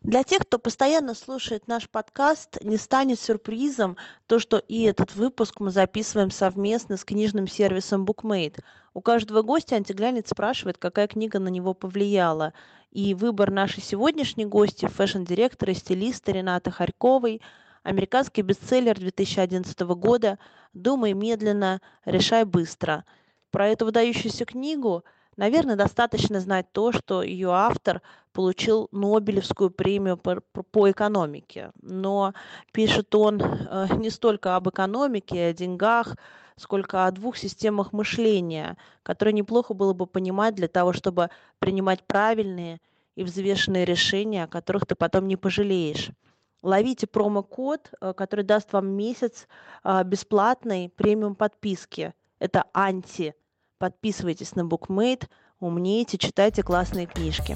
Для тех, кто постоянно слушает наш подкаст, не станет сюрпризом то, что и этот выпуск мы записываем совместно с книжным сервисом BookMate. У каждого гостя антиглянец спрашивает, какая книга на него повлияла. И выбор нашей сегодняшней гости, фэшн-директора и стилиста Ренаты Хорьковой, американский бестселлер 2011 года «Думай медленно, решай быстро». Про эту выдающуюся книгу, наверное, достаточно знать то, что ее автор получил Нобелевскую премию по экономике. Но пишет он не столько об экономике, о деньгах, сколько о двух системах мышления, которые неплохо было бы понимать для того, чтобы принимать правильные и взвешенные решения, о которых ты потом не пожалеешь. Ловите промокод, который даст вам месяц бесплатной премиум подписки. Это анти. Подписывайтесь на BookMate, умнейте, читайте классные книжки.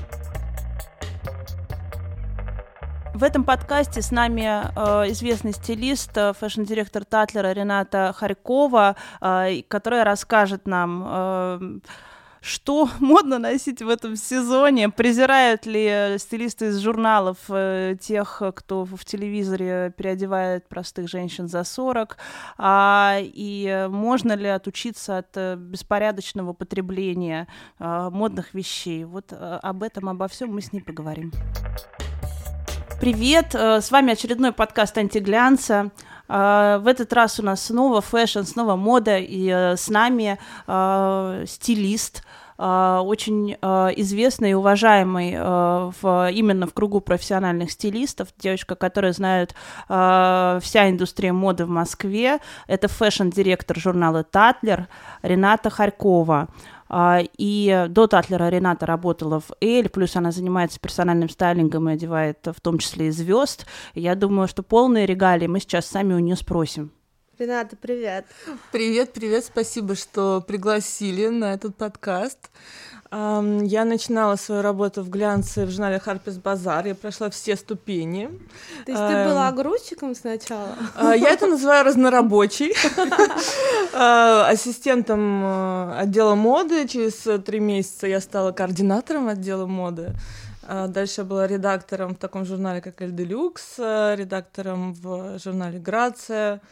В этом подкасте с нами известный стилист, фэшн-директор Татлера Рената Хорькова, которая расскажет нам, что модно носить в этом сезоне, презирают ли стилисты из журналов тех, кто в телевизоре переодевает простых женщин за 40, и можно ли отучиться от беспорядочного потребления модных вещей. Вот об этом, обо всем мы с ней поговорим. Привет, с вами очередной подкаст «Антиглянца». В этот раз у нас снова фэшн, снова мода, и с нами стилист, очень известный и уважаемый именно в кругу профессиональных стилистов, девочка, которая знает вся индустрия моды в Москве. Это фэшн-директор журнала «Татлер» Рената Хорькова. И до Татлера Рената работала в «Эль», плюс она занимается персональным стайлингом и одевает в том числе и звезд. Я думаю, что полные регалии мы сейчас сами у нее спросим. Рената, привет. Привет, спасибо, что пригласили на этот подкаст. Я начинала свою работу в глянце в журнале Harper's Bazaar, я прошла все ступени. То есть ты была грузчиком сначала? Я это называю разнорабочей, ассистентом отдела моды. Через 3 месяца я стала координатором отдела моды. Дальше я была редактором в таком журнале, как «Эль Делюкс», редактором в журнале «Грация».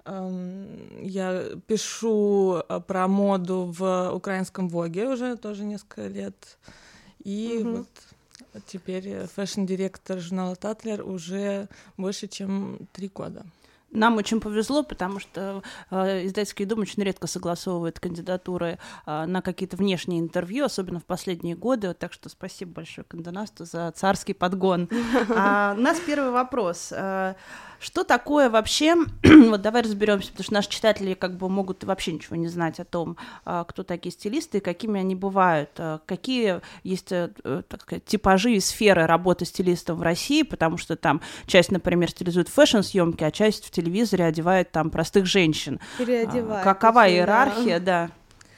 Я пишу про моду в украинском Воге уже тоже несколько лет. И вот теперь фэшн-директор журнала «Татлер» уже больше, чем 3 года. Нам очень повезло, потому что издательский дом очень редко согласовывает кандидатуры на какие-то внешние интервью, особенно в последние годы. Так что спасибо большое Конде Насту за царский подгон. У нас первый вопрос. Что такое вообще, вот давай разберемся, потому что наши читатели как бы могут вообще ничего не знать о том, кто такие стилисты и какими они бывают, какие есть, так сказать, типажи и сферы работы стилистом в России, потому что там часть, например, стилизует фэшн-съемки, а часть в телевизоре одевает там простых женщин. Переодевает. Какова иерархия, да?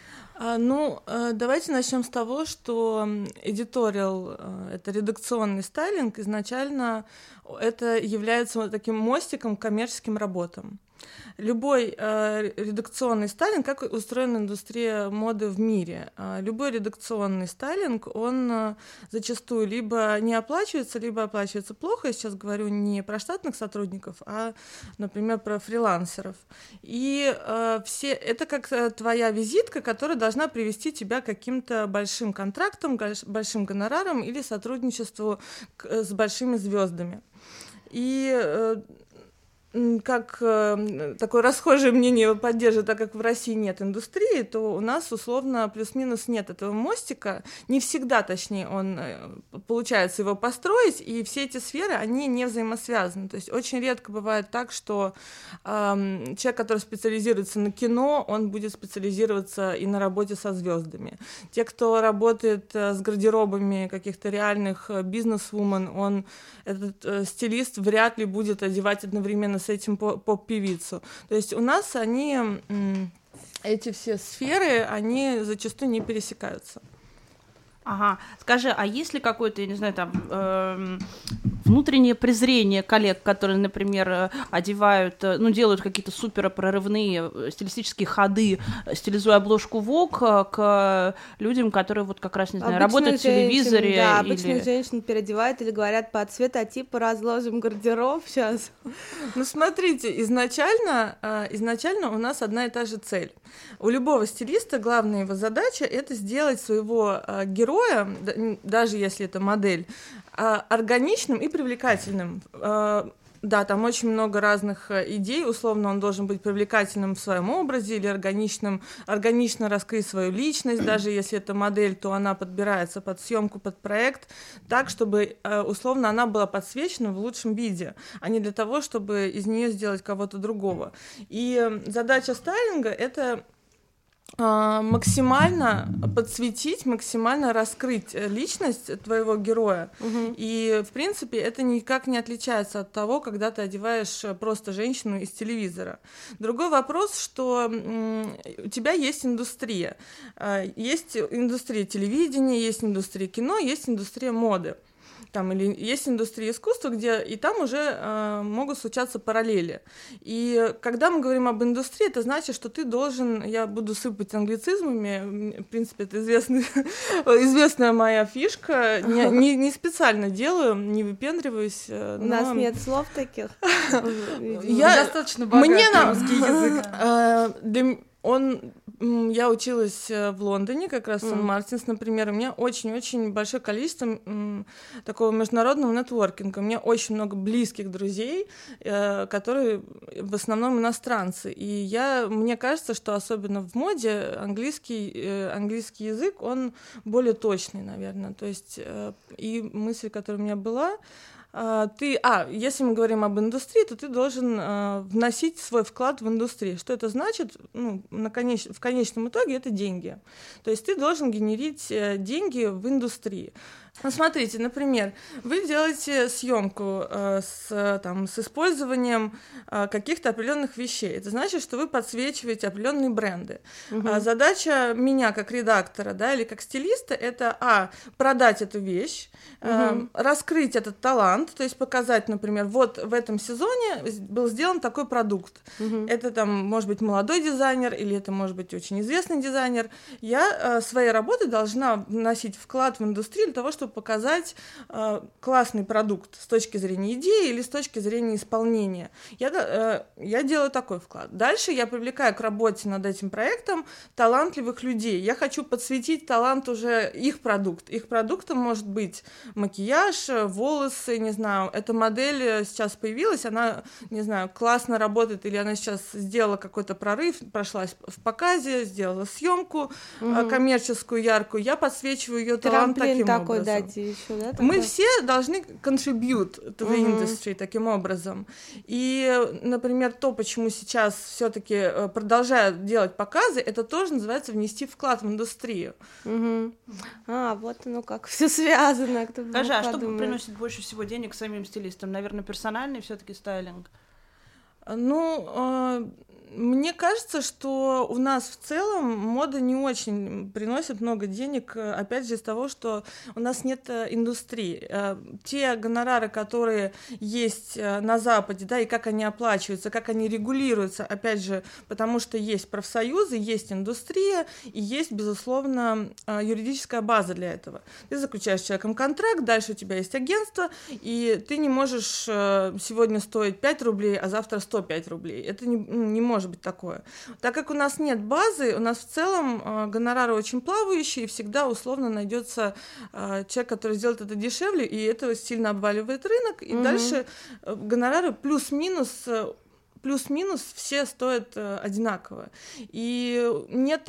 Давайте начнем с того, что эдиториал, это редакционный стайлинг, изначально это является вот таким мостиком к коммерческим работам. Любой редакционный стайлинг, как устроена индустрия моды в мире, любой редакционный стайлинг, он зачастую либо не оплачивается, либо оплачивается плохо. Я сейчас говорю не про штатных сотрудников, а, например, про фрилансеров. И это как твоя визитка, которая должна привести тебя к каким-то большим контрактам, большим гонорарам или сотрудничеству с большими звездами. И как такое расхожее мнение его поддерживает, так как в России нет индустрии, то у нас условно плюс-минус нет этого мостика. Не всегда, точнее, он получается его построить, и все эти сферы, они не взаимосвязаны. То есть очень редко бывает так, что человек, который специализируется на кино, он будет специализироваться и на работе со звездами. Те, кто работает с гардеробами каких-то реальных бизнес-вумен, этот стилист вряд ли будет одевать одновременно с этим поп-певицу. То есть у нас эти все сферы, они зачастую не пересекаются. Ага. Скажи, а есть ли какое-то, я не знаю, там внутреннее презрение коллег, которые, например, одевают, делают какие-то супер прорывные стилистические ходы, стилизуя обложку Vogue к людям, которые вот как раз, не знаю, работают в телевизоре? Да, обычных женщин переодевают или говорят по цветотипу разложим гардероб сейчас. Ну, смотрите, изначально у нас одна и та же цель. У любого стилиста главная его задача — это сделать своего героя, даже если это модель, органичным и привлекательным. Да, там очень много разных идей. Условно, он должен быть привлекательным в своем образе или органично раскрыть свою личность. Даже если это модель, то она подбирается под съемку, под проект, так, чтобы, условно, она была подсвечена в лучшем виде, а не для того, чтобы из нее сделать кого-то другого. И задача стайлинга — это максимально подсветить, максимально раскрыть личность твоего героя. И, в принципе, это никак не отличается от того, когда ты одеваешь просто женщину из телевизора. Другой вопрос, что у тебя есть индустрия. Есть индустрия телевидения, есть индустрия кино, есть индустрия моды. Там, или есть индустрия искусства, где и там уже могут случаться параллели. И когда мы говорим об индустрии, это значит, что ты должен, я буду сыпать англицизмами, в принципе, это известная моя фишка, не специально делаю, не выпендриваюсь. У нас нет слов таких. Достаточно богатый русский язык. Я училась в Лондоне, как раз в Сан-Мартинс, например, у меня очень-очень большое количество такого международного нетворкинга. У меня очень много близких друзей, которые в основном иностранцы. И мне кажется, что особенно в моде английский язык, он более точный, наверное. То есть и мысль, которая у меня была, если мы говорим об индустрии, то ты должен вносить свой вклад в индустрию. Что это значит? В конечном итоге это деньги. То есть ты должен генерить деньги в индустрии. Смотрите, например, вы делаете съемку с использованием каких-то определенных вещей. Это значит, что вы подсвечиваете определенные бренды. Задача меня как редактора, или как стилиста — это продать эту вещь, раскрыть этот талант, то есть показать, например, вот в этом сезоне был сделан такой продукт. Это может быть молодой дизайнер или это может быть очень известный дизайнер. Я своей работой должна вносить вклад в индустрию для того, чтобы показать классный продукт с точки зрения идеи или с точки зрения исполнения. Я делаю такой вклад. Дальше я привлекаю к работе над этим проектом талантливых людей. Я хочу подсветить талант уже их продукт. Их продуктом может быть макияж, волосы, не знаю. Эта модель сейчас появилась, она, не знаю, классно работает, или она сейчас сделала какой-то прорыв, прошлась в показе, сделала съемку коммерческую, яркую. Я подсвечиваю ее талант таким образом. Еще, Мы все должны contribute to the industry таким образом. И, например, то, почему сейчас все-таки продолжают делать показы, это тоже называется внести вклад в индустрию. Вот оно как все связано. Скажи, а что приносит больше всего денег самим стилистам? Наверное, персональный все-таки стайлинг? Мне кажется, что у нас в целом мода не очень приносит много денег, опять же, из того, что у нас нет индустрии. Те гонорары, которые есть на Западе, и как они оплачиваются, как они регулируются, опять же, потому что есть профсоюзы, есть индустрия и есть, безусловно, юридическая база для этого. Ты заключаешь с человеком контракт, дальше у тебя есть агентство, и ты не можешь сегодня стоить 5 рублей, а завтра 105 рублей. Это не может быть такое. Так как у нас нет базы, у нас в целом гонорары очень плавающие, и всегда условно найдется человек, который сделает это дешевле, и это сильно обваливает рынок, и дальше гонорары плюс-минус все стоят одинаково. И нет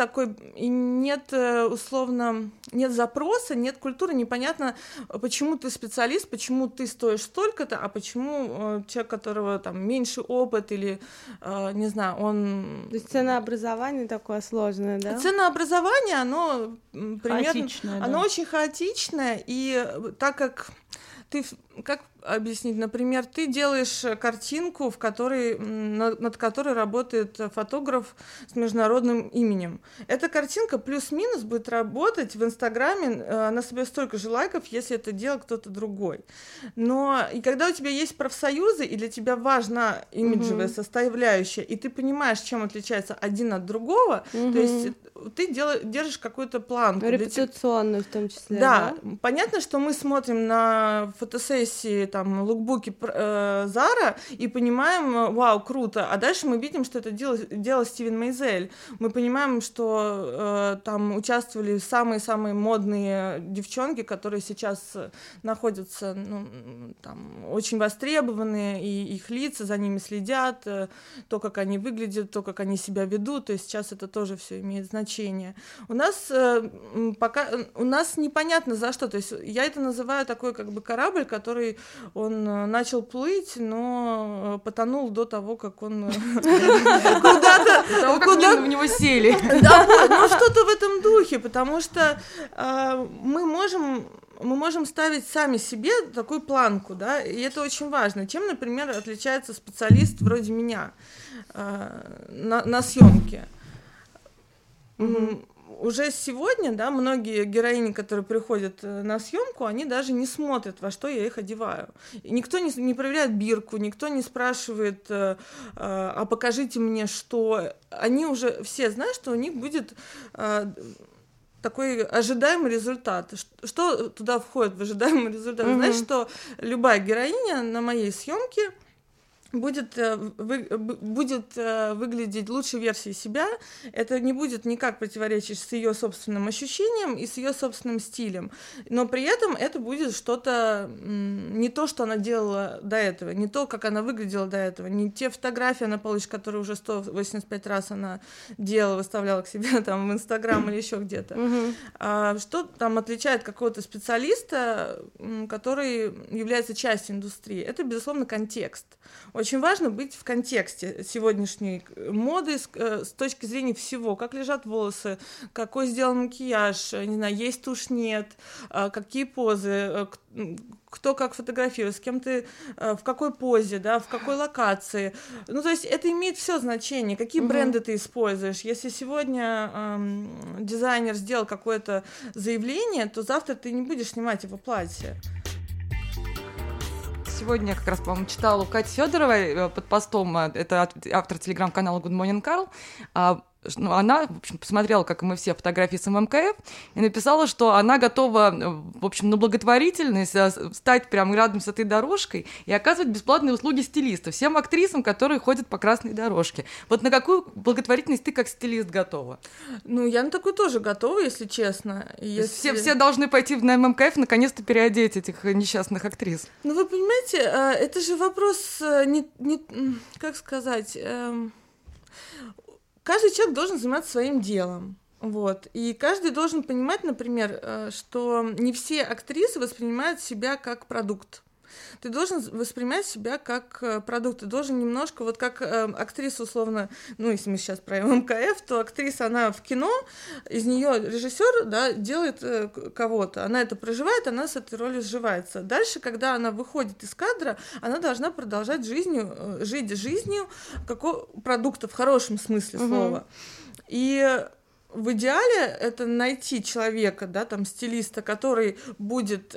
запроса, нет культуры, непонятно, почему ты специалист, почему ты стоишь столько-то, а почему человек, которого меньше опыт или, не знаю, он... То есть ценообразование такое сложное, да? Ценообразование, оно примерно... Хаотичное, оно очень хаотичное, и так как как объяснить? Например, ты делаешь картинку, над которой работает фотограф с международным именем. Эта картинка плюс-минус будет работать в Инстаграме, она соберет столько же лайков, если это делал кто-то другой. Но и когда у тебя есть профсоюзы, и для тебя важна имиджевая составляющая, и ты понимаешь, чем отличается один от другого, то есть ты держишь какую-то планку. Репутационную в том числе, да? Понятно, что мы смотрим на фотосессии, там, лукбуки Zara и понимаем, вау, круто, а дальше мы видим, что это делал Стивен Мейзель. Мы понимаем, что там участвовали самые-самые модные девчонки, которые сейчас находятся, ну, там, очень востребованные, и их лица, за ними следят, то, как они выглядят, то, как они себя ведут, то есть сейчас это тоже все имеет значение. У нас непонятно за что, то есть я это называю такой как бы корабль, который он начал плыть, но потонул до того, как он куда-то в него сели. Да, ну что-то в этом духе, потому что мы можем ставить сами себе такую планку, да, и это очень важно. Чем, например, отличается специалист вроде меня на съемке? Уже сегодня, да, многие героини, которые приходят на съемку, они даже не смотрят, во что я их одеваю. И никто не проверяет бирку, никто не спрашивает, а покажите мне, что. Они уже все знают, что у них будет такой ожидаемый результат. Что туда входит в ожидаемый результат? Знаешь, что любая героиня на моей съемке будет выглядеть лучшей версией себя, это не будет никак противоречить с ее собственным ощущением и с ее собственным стилем, но при этом это будет что-то не то, что она делала до этого, не то, как она выглядела до этого, не те фотографии она получит, которые уже 185 раз она делала, выставляла к себе там в Инстаграм или еще где-то. Что там отличает какого-то специалиста, который является частью индустрии? Это, безусловно, контекст. Очень важно быть в контексте сегодняшней моды с точки зрения всего, как лежат волосы, какой сделан макияж, не знаю, есть тушь, нет, какие позы, кто как фотографирует, с кем ты, в какой позе, да, в какой локации. Ну, то есть это имеет все значение, какие бренды ты используешь. Если сегодня дизайнер сделал какое-то заявление, то завтра ты не будешь снимать его платье. Сегодня я как раз, по-моему, читала у Кати Федоровой под постом, это автор телеграм-канала Good Morning Carl, она, в общем, посмотрела, как и мы все, фотографии с ММКФ, и написала, что она готова, в общем, на благотворительность стать прям рядом с этой дорожкой и оказывать бесплатные услуги стилиста всем актрисам, которые ходят по красной дорожке. Вот на какую благотворительность ты как стилист готова? Ну, я на такую тоже готова, если честно. Все должны пойти на ММКФ наконец-то переодеть этих несчастных актрис. Ну, вы понимаете, это же вопрос, как сказать... Каждый человек должен заниматься своим делом, вот, и каждый должен понимать, например, что не все актрисы воспринимают себя как продукт. Ты должен воспринимать себя как продукт, ты должен немножко, вот как актриса, условно, ну, если мы сейчас про МКФ, то актриса, она в кино, из нее режиссер, да, делает кого-то, она это проживает, она с этой ролью сживается. Дальше, когда она выходит из кадра, она должна продолжать жить жизнью продукта в хорошем смысле слова. И в идеале это найти человека, да, там, стилиста, который будет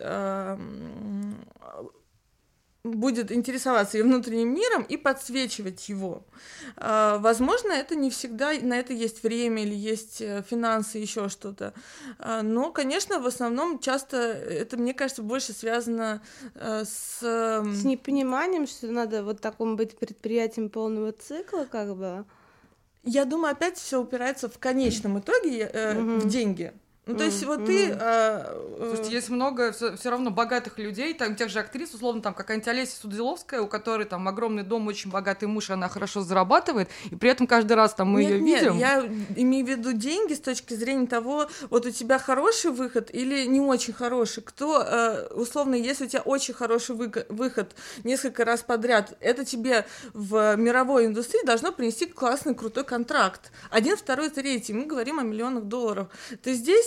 интересоваться ее внутренним миром и подсвечивать его. Возможно, это не всегда, на это есть время или есть финансы, еще что-то. Но, конечно, в основном часто это, мне кажется, больше связано с непониманием, что надо вот такому быть предприятием полного цикла, как бы. Я думаю, опять все упирается в конечном итоге в деньги. Ну, то есть вот ты... Слушайте, есть много все равно богатых людей, там, тех же актрис, условно, там, какая-нибудь Олеся Судзиловская, у которой там огромный дом, очень богатый муж, она хорошо зарабатывает, и при этом каждый раз там мы ее видим. Нет, я имею в виду деньги с точки зрения того, вот у тебя хороший выход или не очень хороший. Кто, условно, если у тебя очень хороший выход несколько раз подряд, это тебе в мировой индустрии должно принести классный, крутой контракт. 1, 2, 3, мы говорим о миллионах долларов. Ты здесь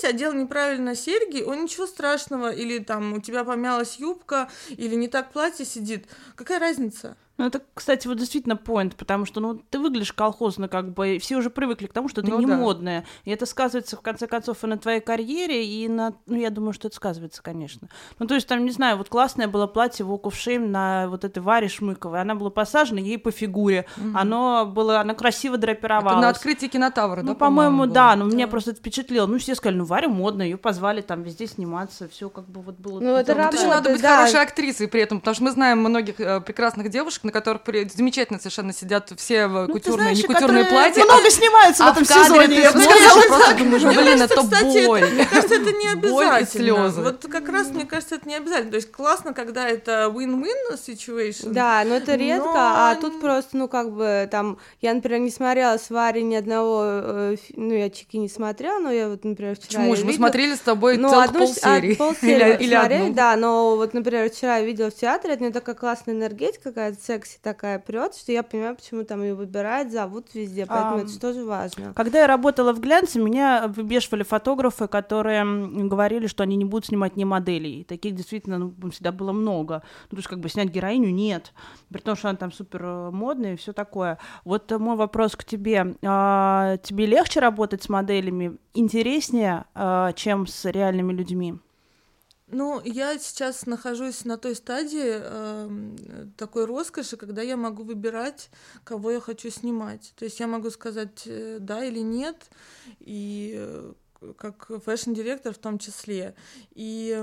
одел неправильно серьги, ничего страшного, или там у тебя помялась юбка, или не так платье сидит. Какая разница? Ну, это, кстати, вот действительно поинт, потому что, ну, ты выглядишь колхозно, как бы, и все уже привыкли к тому, что ты не модная, и это сказывается, в конце концов, и на твоей карьере, и на... Ну, я думаю, что это сказывается, конечно. Ну, то есть, там, не знаю, вот классное было платье Walk of Shame на вот этой Варе Шмыковой, она была посажена ей по фигуре, оно красиво драпировалось. Это на открытии кинотавра, ну, по-моему, да, но меня просто это впечатлило. Ну, все сказали, ну, Варя модная, ее позвали там везде сниматься, все как бы вот было... Ну, это еще надо быть хорошей актрисой при этом, потому что мы знаем многих прекрасных девушек, на которых замечательно совершенно сидят все кутюрные, некутюрные платья. Много снимаются в этом сезоне. Ты просто думаешь, блин, это боль. Мне кажется, это не обязательно. Слезы. Вот как раз, мне кажется, это не обязательно. То есть классно, когда это win-win situation. Да, но это редко, а тут просто, ну, как бы, там, я, например, не смотрела с Варей ни одного, ну, я Чики не смотрела, но я вот, например, вчера... Почему же? Мы смотрели с тобой целых полсерии. Или одну. Да, но вот, например, вчера я видела в театре, от нее такая классная энергетика, какая-то секси такая прёт, что я понимаю, почему там ее выбирают, зовут везде, поэтому это тоже важно. Когда я работала в глянце, меня выбешивали фотографы, которые говорили, что они не будут снимать не моделей. Таких действительно, ну, всегда было много. Ну, то есть, как бы снять героиню нет, при том, что она там супер модная и все такое. Вот мой вопрос к тебе. Тебе легче работать с моделями, интереснее, чем с реальными людьми? Ну, я сейчас нахожусь на той стадии такой роскоши, когда я могу выбирать, кого я хочу снимать. То есть я могу сказать да или нет, и как фэшн-директор в том числе. И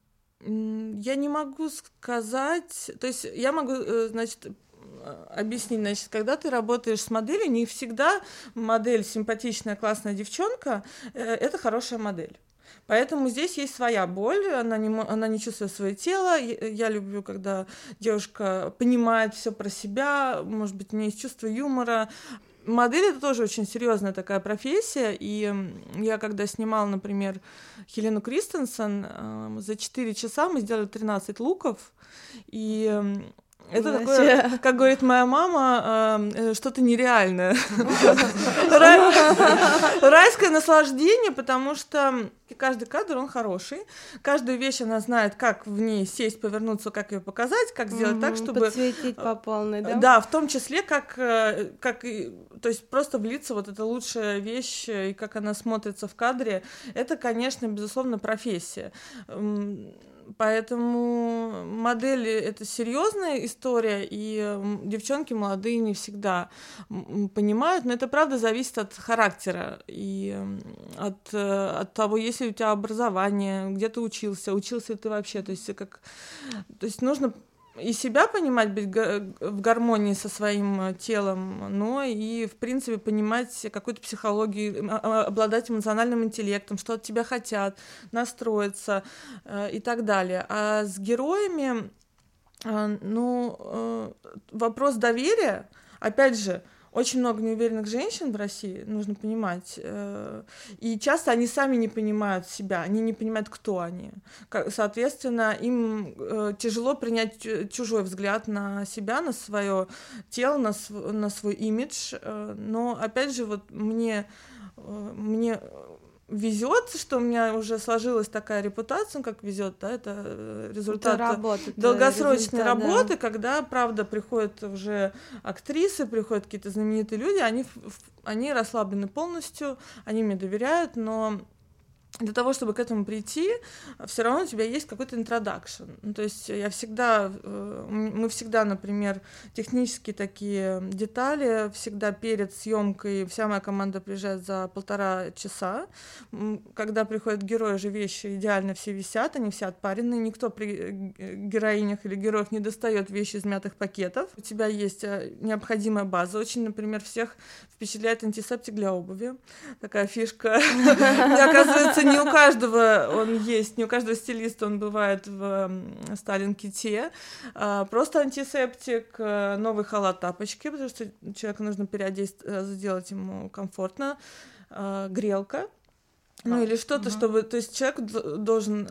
я не могу сказать... То есть я могу, значит, объяснить, значит, когда ты работаешь с моделью, не всегда модель симпатичная, классная девчонка — это хорошая модель. Поэтому здесь есть своя боль, она не чувствует свое тело. Я люблю, когда девушка понимает все про себя, может быть, у нее есть чувство юмора. Модель — это тоже очень серьезная такая профессия, и я когда снимала, например, Хелену Кристенсен, за 4 часа мы сделали 13 луков, и... Это такое, как говорит моя мама, что-то нереальное. Райское наслаждение, потому что каждый кадр, он хороший. Каждую вещь она знает, как в ней сесть, повернуться, как ее показать, как сделать так, чтобы... Подсветить по полной, да? Да, в том числе, как то есть просто влиться вот эта лучшая вещь, и как она смотрится в кадре. Это, конечно, безусловно, профессия. Поэтому модели — это серьезная история, и девчонки молодые не всегда понимают, но это правда зависит от характера и от того, есть ли у тебя образование, где ты учился ли ты вообще, то есть нужно и себя понимать, быть в гармонии со своим телом, но и, в принципе, понимать какую-то психологию, обладать эмоциональным интеллектом, что от тебя хотят, настроиться и так далее. А с героями, вопрос доверия, опять же, очень много неуверенных женщин в России, нужно понимать, и часто они сами не понимают себя, они не понимают, кто они. Соответственно, им тяжело принять чужой взгляд на себя, на свое тело, на свой имидж, но, опять же, вот мне везет, что у меня уже сложилась такая репутация, как везет, да, это результат долгосрочной работы, когда, правда, приходят уже актрисы, приходят какие-то знаменитые люди, они расслаблены полностью, они мне доверяют, но для того, чтобы к этому прийти, все равно у тебя есть какой-то интродакшн. То есть мы всегда, например, технические такие детали, всегда перед съемкой вся моя команда приезжает за 1,5 часа. Когда приходят герои же, вещи идеально все висят, они все отпаренные, никто при героинях или героях не достает вещи из мятых пакетов. У тебя есть необходимая база. Очень, например, всех впечатляет антисептик для обуви. Такая фишка. Оказывается, не у каждого он есть, не у каждого стилиста он бывает в Сталин-ките. Просто антисептик, новый халат, тапочки, потому что человеку нужно переодеть, сделать ему комфортно, грелка. Ну, или что-то, чтобы... То есть человек должен...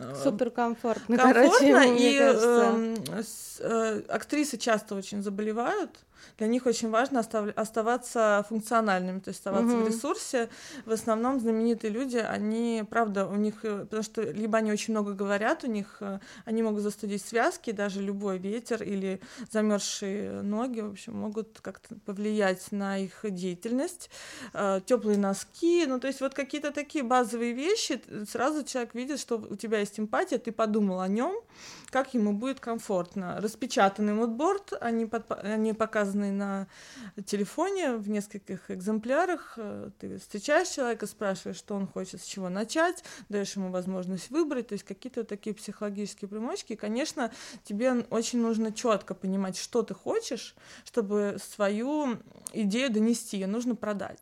Суперкомфортно, комфортно, мне кажется. Актрисы часто очень заболевают, Для них очень важно оставаться функциональными, то есть оставаться в ресурсе. В основном знаменитые люди, они, правда, у них, потому что либо они очень много говорят, у них они могут застудить связки, даже любой ветер или замерзшие ноги, в общем, могут как-то повлиять на их деятельность. Теплые носки, ну, то есть вот какие-то такие базовые вещи, сразу человек видит, что у тебя есть эмпатия, ты подумал о нем, как ему будет комфортно. Распечатанный мудборд, они показаны на телефоне в нескольких экземплярах. Ты встречаешь человека, спрашиваешь, что он хочет, с чего начать, даешь ему возможность выбрать, то есть какие-то такие психологические примочки. И, конечно, тебе очень нужно четко понимать, что ты хочешь, чтобы свою идею донести, ее нужно продать.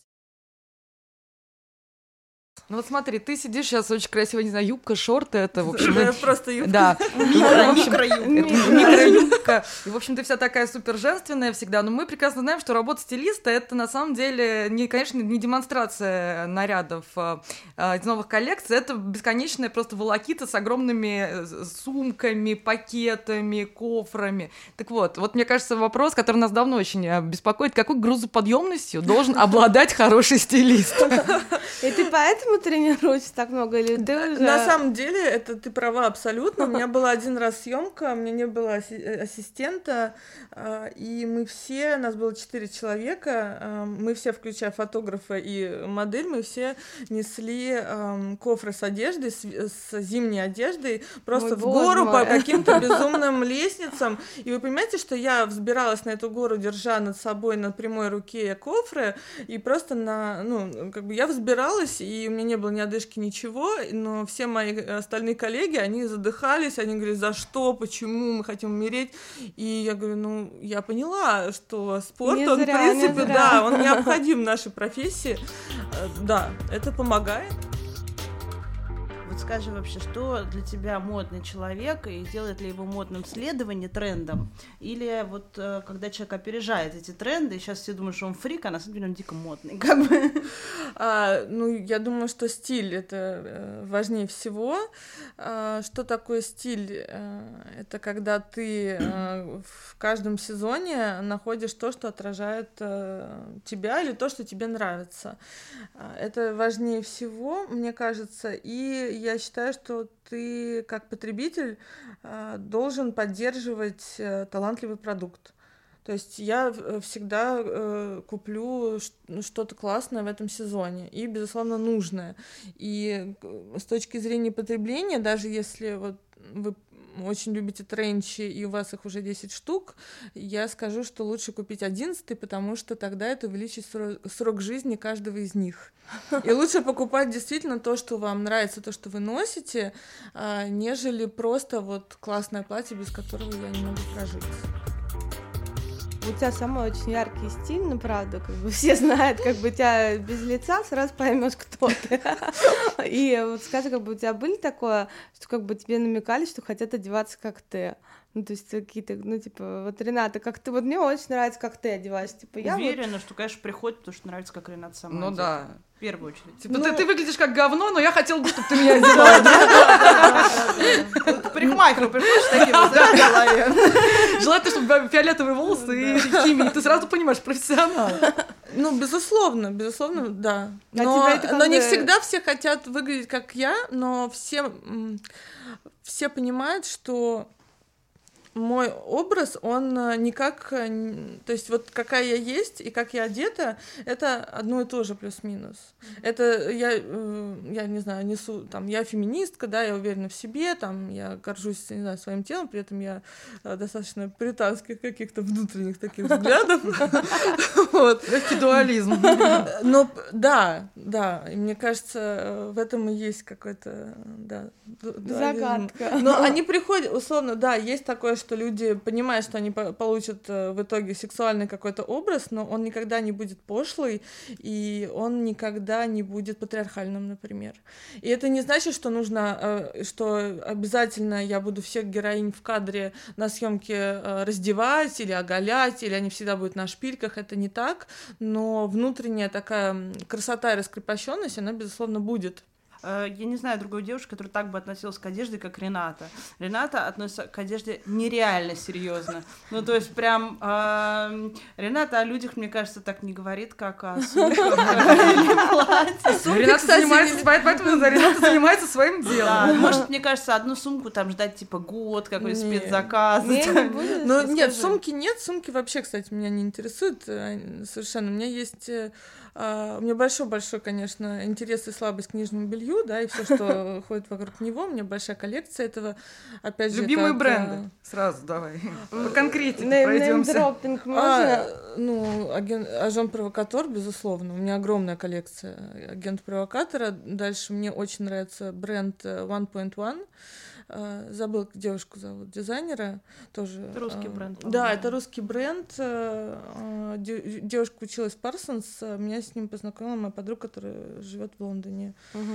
Ну вот смотри, ты сидишь сейчас очень красиво, не знаю, юбка, шорты, это, в общем... Просто юбка. Да. Микроюбка. И, в общем, ты вся такая супер женственная всегда. Но мы прекрасно знаем, что работа стилиста — это, на самом деле, конечно, не демонстрация нарядов из новых коллекций, это бесконечная просто волокита с огромными сумками, пакетами, кофрами. Так вот мне кажется, вопрос, который нас давно очень беспокоит, какой грузоподъемностью должен обладать хороший стилист? И ты поэтому тренируешься так много, или ты уже... На самом деле, это ты права абсолютно. У меня была один раз съемка, у меня не было ассистента, и нас было 4 человека, мы все, включая фотографа и модель, мы все несли кофры с одеждой, с зимней одеждой, просто в гору по каким-то безумным лестницам. И вы понимаете, что я взбиралась на эту гору, держа над собой на прямой руке кофры, и просто я взбиралась, и у меня не было ни одышки, ничего, но все мои остальные коллеги, они задыхались, они говорили, за что, почему, мы хотим умереть, и я говорю, я поняла, что спорт, он, в принципе, да, он необходим в нашей профессии, да, это помогает. Вот скажи вообще, что для тебя модный человек, и делает ли его модным следование трендам, или вот когда человек опережает эти тренды, и сейчас все думают, что он фрик, а на самом деле он дико модный, как бы. Я думаю, что стиль — это важнее всего. Что такое стиль? Это когда ты в каждом сезоне находишь то, что отражает тебя, или то, что тебе нравится. Это важнее всего, мне кажется, и я считаю, что ты, как потребитель, должен поддерживать талантливый продукт. То есть я всегда куплю что-то классное в этом сезоне и, безусловно, нужное. И с точки зрения потребления, даже если вы очень любите тренчи, и у вас их уже 10 штук, я скажу, что лучше купить 11-й, потому что тогда это увеличит срок жизни каждого из них. И лучше покупать действительно то, что вам нравится, то, что вы носите, нежели просто классное платье, без которого я не могу прожить. У тебя самый очень яркий стиль, ну, правда, как бы все знают, как бы тебя без лица сразу поймешь, кто ты. И вот скажи, как бы у тебя были такое, что как бы тебе намекали, что хотят одеваться, как ты? Ну, то есть какие-то, Рената, как ты, мне очень нравится, как ты одеваешься. Я уверена, что, конечно, приходит, потому что нравится, как Рената сама одета. Да. В первую очередь. Ты выглядишь как говно, но я хотела бы, чтобы ты меня одевала. Парикмахеру приходишь таким в голове. Желательно, чтобы фиолетовые волосы и химия. Ты сразу понимаешь, профессионал. Безусловно, да. Но не всегда все хотят выглядеть, как я, но все понимают, что мой образ, он никак... То есть какая я есть и как я одета, это одно и то же плюс-минус. Это я не знаю, несу... я феминистка, да, я уверена в себе, я горжусь, не знаю, своим телом, при этом я достаточно британских каких-то внутренних таких взглядов. Легкий дуализм. Но да, и мне кажется, в этом и есть какой-то, загадка. Но они приходят, условно, да, есть такое, что люди понимают, что они получат в итоге сексуальный какой-то образ, но он никогда не будет пошлый, и он никогда не будет патриархальным, например. И это не значит, что что обязательно я буду всех героинь в кадре на съемке раздевать или оголять, или они всегда будут на шпильках, это не так, но внутренняя такая красота и раскрепощенность, она, безусловно, будет. я не знаю другой девушки, которая так бы относилась к одежде, как Рената. Рената относится к одежде нереально серьезно. Ну, то есть прям Рената о людях, мне кажется, так не говорит, как о сумках или платье. Рената занимается своим делом. Может, мне кажется, одну сумку там ждать типа год, какой спецзаказ. Ну, нет, сумки нет. Сумки вообще, кстати, меня не интересуют совершенно. У меня есть... У меня большой, конечно, интерес и слабость к нижнему белью, да, и все, что ходит вокруг него. У меня большая коллекция этого. Опять же, любимые бренды. Сразу давай. По конкретике пройдемся. Агент Провокатор, безусловно. У меня огромная коллекция Агент Провокатора. Дальше мне очень нравится бренд 1.1. Забыла, как девушку зовут, дизайнера тоже. Это русский бренд. Да, это русский бренд. Девушка училась в Парсонс, меня с ним познакомила моя подруга, которая живет в Лондоне.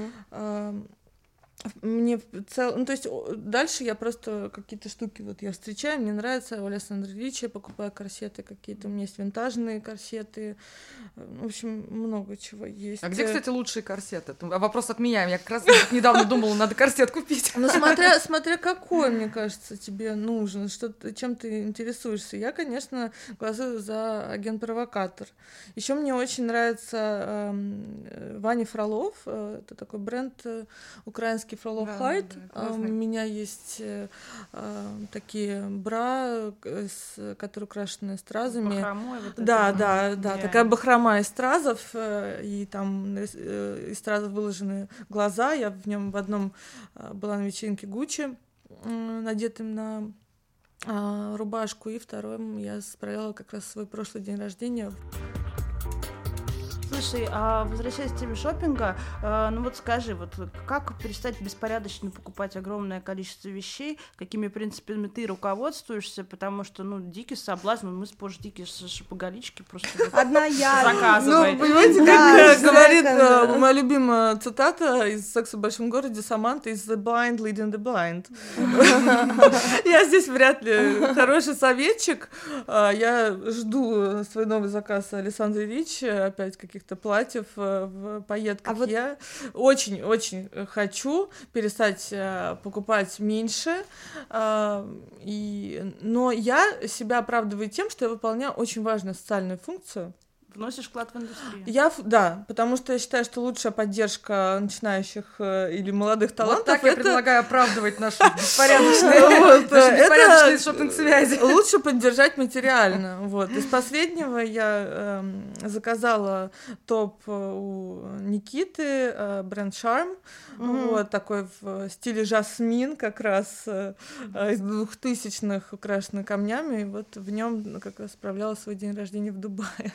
Мне то есть дальше я просто какие-то штуки вот я встречаю, мне нравится у Алессандро Риччи, я покупаю корсеты какие-то, у меня есть винтажные корсеты, в общем, много чего есть. А где, кстати, лучшие корсеты? Вопрос отменяем, я как раз недавно думала, надо корсет купить. Ну, смотря какой, мне кажется, тебе нужен, чем ты интересуешься. Я, конечно, голосую за Агент Провокатор. Еще мне очень нравится Ваня Фролов, это такой бренд украинский Фролов Хайт. У меня есть такие бра, которые украшены стразами. Бахромой, вот да, такая бахрома из стразов, и там из стразов выложены глаза. Я в нем в одном была на вечеринке Гуччи, надетым на рубашку, и вторым я справляла как раз свой прошлый день рождения. Слушай, а возвращаясь к теме шопинга, ну вот скажи, вот как перестать беспорядочно покупать огромное количество вещей, какими принципами ты руководствуешься, потому что, ну, дикий соблазн, мы позже дикие шопоголички просто одна я Ну, заказывай. понимаете, как говорит моя любимая цитата из «Секса в большом городе» Саманта из «The blind leading the blind». Я здесь вряд ли хороший советчик. Я жду свой новый заказ Алессандро Риччи, опять каких-то платьев в пайетках. Вот... Я очень-очень хочу перестать покупать меньше, но я себя оправдываю тем, что я выполняю очень важную социальную функцию. Вносишь вклад в индустрию. Да, потому что я считаю, что лучшая поддержка начинающих или молодых талантов... Вот так я предлагаю оправдывать наши беспорядочные шопинг-связи. Лучше поддержать материально. Вот. Из последнего я заказала топ у Никиты, бренд Charm, вот, такой в стиле жасмин, как раз из 2000-х, украшенный камнями, и вот в нем как раз справляла свой день рождения в Дубае.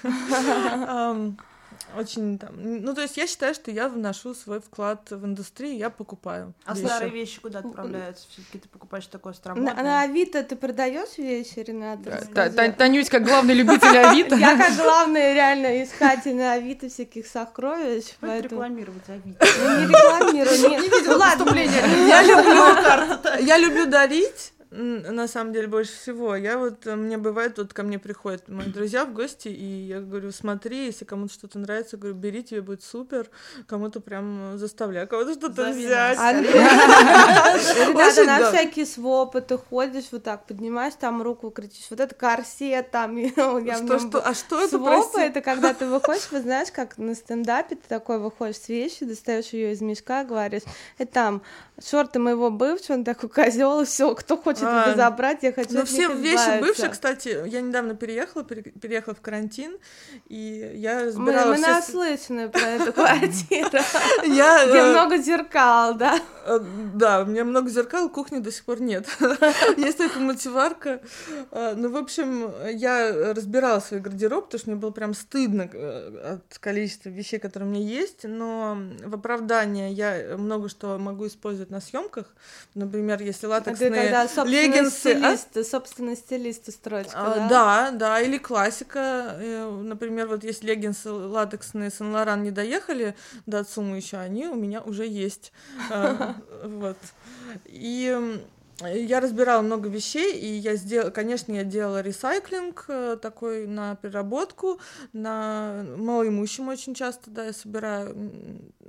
Очень там. Ну, то есть я считаю, что я вношу свой вклад в индустрию, я покупаю. А вещи. старые вещи куда отправляются? Все-таки ты покупаешь такое старомодное? На Авито ты продаешь вещи, Рената? Танюсь, как главный любитель Авито. Я как главный реально искатель на Авито всяких сокровищ. Хватит рекламировать Авито. Не рекламирую. Не видела выступления. Я люблю дарить. На самом деле больше всего. Мне бывает, вот ко мне приходят мои друзья в гости, и я говорю, смотри, если кому-то что-то нравится, говорю, бери, тебе будет супер, кому-то прям заставляю кого-то что-то взять. Ребята, на всякие свопы ты ходишь, вот так поднимаешь там руку, кричишь, вот это корсет там. А что это? Свопы — это когда ты выходишь, вы знаешь, как на стендапе ты такой выходишь с вещью, достаешь ее из мешка, говоришь, это там шорты моего бывшего, он такой козел, все, кто хочет это забрать, я хочу. Ну, все вещи бывшие, кстати, я недавно переехала в карантин, и я разбирала Мы наслышаны про эту квартиру, где много зеркал, да? Да, у меня много зеркал, кухни до сих пор нет. Есть только мультиварка. Ну, в общем, я разбирала свой гардероб, потому что мне было прям стыдно от количества вещей, которые у меня есть, но в оправдание я много что могу использовать на съемках. Например, если латексные леггинсы... Собственно, стилист строчка, да, или классика. Например, вот есть леггинсы латексные Сен-Лоран не доехали до Ацуму еще, они у меня уже есть. Вот. И я разбирала много вещей, и я делала ресайклинг такой на переработку, на малоимущим очень часто, да, я собираю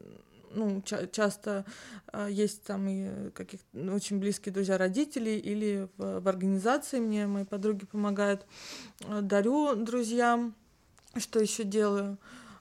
часто есть там и каких-то очень близкие друзья родителей или в организации мне мои подруги помогают. Дарю друзьям. Что еще делаю?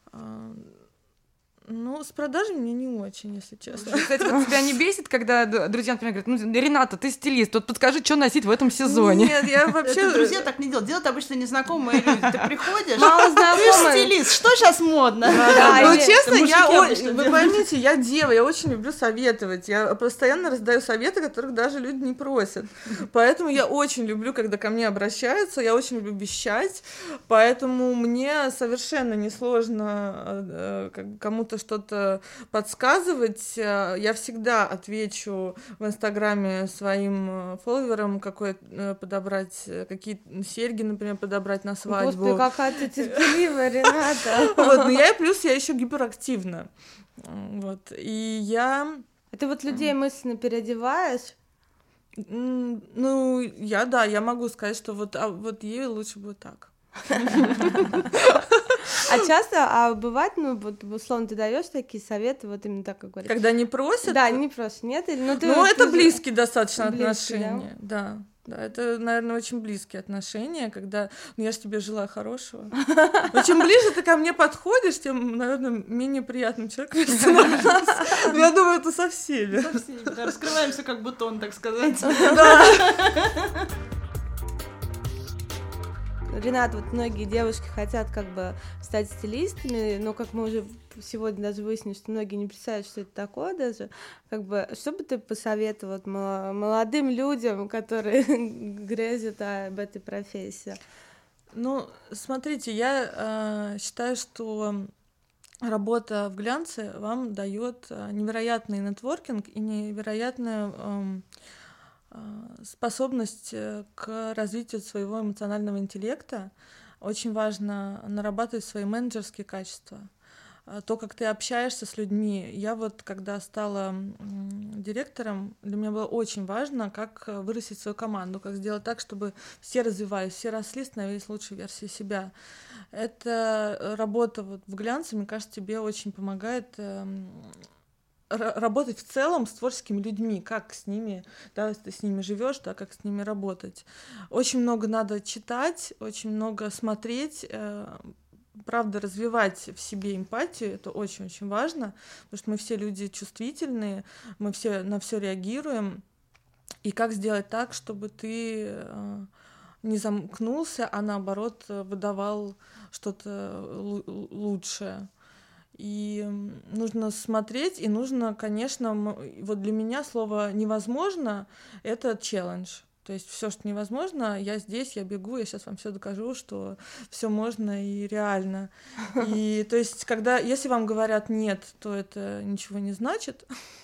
С продажами мне не очень, если честно. Кстати, вот тебя не бесит, когда друзья, например, говорят, Рената, ты стилист, вот подскажи, что носить в этом сезоне. Нет, я вообще... Это друзья так не делают. Делают обычно незнакомые люди. Ты приходишь, Мало ты знакомые. стилист, что сейчас модно? Честно, вы поймите, я дева, я очень люблю советовать. Я постоянно раздаю советы, которых даже люди не просят. Поэтому я очень люблю, когда ко мне обращаются, я очень люблю вещать, поэтому мне совершенно несложно кому-то что-то подсказывать. Я всегда отвечу в Инстаграме своим фолловерам, какие серьги, например, подобрать на свадьбу. Господи, какая ты терпеливая, Рената. Но я еще гиперактивна. Вот. И я... Ты вот людей мысленно переодеваешь? Я могу сказать, что вот ей лучше будет так. А бывает, условно, ты даешь такие советы, вот именно так, как говоришь? Когда не просят? Да, не просят, нет? Это близкие достаточно близкие, отношения, да. Да, это, наверное, очень близкие отношения, когда... я же тебе желаю хорошего. Но чем ближе ты ко мне подходишь, тем, наверное, менее приятным человеком становишься. Я думаю, это со всеми. Со всеми, да, раскрываемся как бутон, так сказать. Да. Рената, вот многие девушки хотят как бы стать стилистами, но как мы уже сегодня даже выяснили, что многие не представляют, что это такое даже. Как бы, что бы ты посоветовала молодым людям, которые грезят об этой профессии? Смотрите, я считаю, что работа в глянце вам дает невероятный нетворкинг и невероятную способность к развитию своего эмоционального интеллекта. Очень важно нарабатывать свои менеджерские качества. То, как ты общаешься с людьми. Я вот, когда стала директором, для меня было очень важно, как вырастить свою команду, как сделать так, чтобы все развивались, все росли, становились лучшей версией себя. Эта работа вот в глянце, мне кажется, тебе очень помогает работать в целом с творческими людьми, как с ними, да, ты с ними живешь, да, как с ними работать. Очень много надо читать, очень много смотреть, правда, развивать в себе эмпатию, это очень-очень важно, потому что мы все люди чувствительные, мы все на все реагируем, и как сделать так, чтобы ты не замкнулся, а наоборот выдавал что-то лучшее. И нужно смотреть, и нужно, конечно, вот для меня слово «невозможно» — это челлендж. То есть все, что невозможно, я здесь, я бегу, я сейчас вам все докажу, что все можно и реально. И то есть, если вам говорят «нет», то это ничего не значит.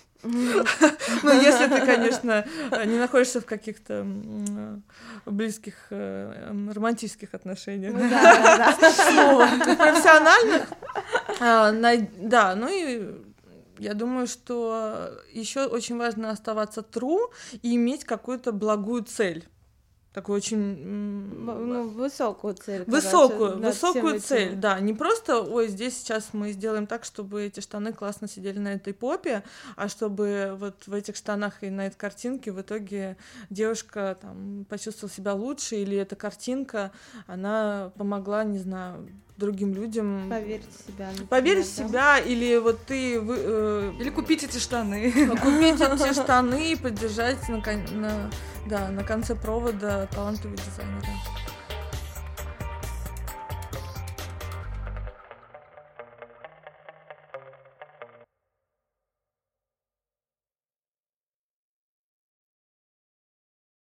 Если ты, конечно, не находишься в каких-то близких романтических отношениях. Профессиональных. Да, и я думаю, что еще очень важно оставаться true и иметь какую-то благую цель. Такую очень... высокую цель. Высокую цель, да. Не просто, здесь сейчас мы сделаем так, чтобы эти штаны классно сидели на этой попе, а чтобы вот в этих штанах и на этой картинке в итоге девушка там почувствовала себя лучше, или эта картинка, она помогла, не знаю, другим людям... Поверить в себя. Например, поверить в себя, или вот ты... Или купить эти штаны. Купить эти штаны и поддержать на конце провода талантливого дизайнера.